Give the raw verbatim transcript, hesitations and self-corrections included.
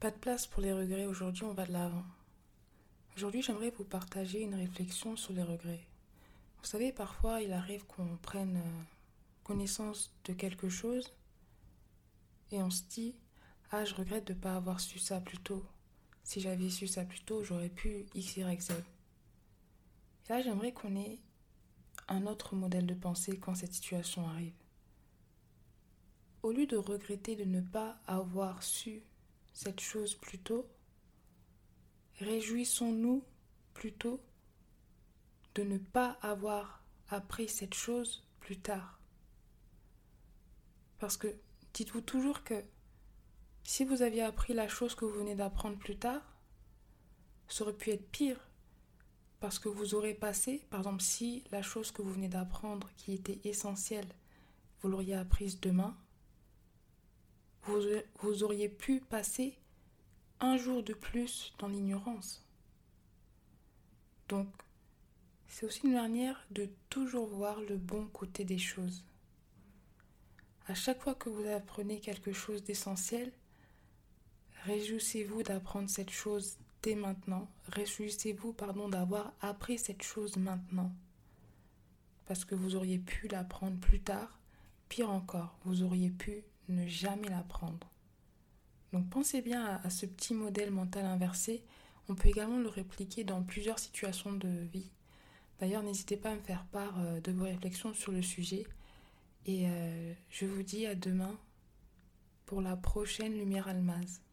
Pas de place pour les regrets, aujourd'hui on va de l'avant. Aujourd'hui j'aimerais vous partager une réflexion sur les regrets. Vous savez, parfois il arrive qu'on prenne euh, connaissance de quelque chose et on se dit « Ah, je regrette de ne pas avoir su ça plus tôt. Si j'avais su ça plus tôt, j'aurais pu X, Y, Z. » Et là j'aimerais qu'on ait un autre modèle de pensée quand cette situation arrive. Au lieu de regretter de ne pas avoir su cette chose plus tôt, réjouissons-nous plutôt de ne pas avoir appris cette chose plus tard. Parce que dites-vous toujours que si vous aviez appris la chose que vous venez d'apprendre plus tard, ça aurait pu être pire. Parce que vous aurez passé, par exemple, si la chose que vous venez d'apprendre qui était essentielle, vous l'auriez apprise demain, vous, vous auriez pu passer un jour de plus dans l'ignorance. Donc, c'est aussi une manière de toujours voir le bon côté des choses. À chaque fois que vous apprenez quelque chose d'essentiel, réjouissez-vous d'apprendre cette chose dès maintenant. Réjouissez-vous, pardon, d'avoir appris cette chose maintenant. Parce que vous auriez pu l'apprendre plus tard. Pire encore, vous auriez pu ne jamais l'apprendre. Donc pensez bien à, à ce petit modèle mental inversé. On peut également le répliquer dans plusieurs situations de vie. D'ailleurs, n'hésitez pas à me faire part euh, de vos réflexions sur le sujet. Et euh, je vous dis à demain pour la prochaine Lumière Almaz.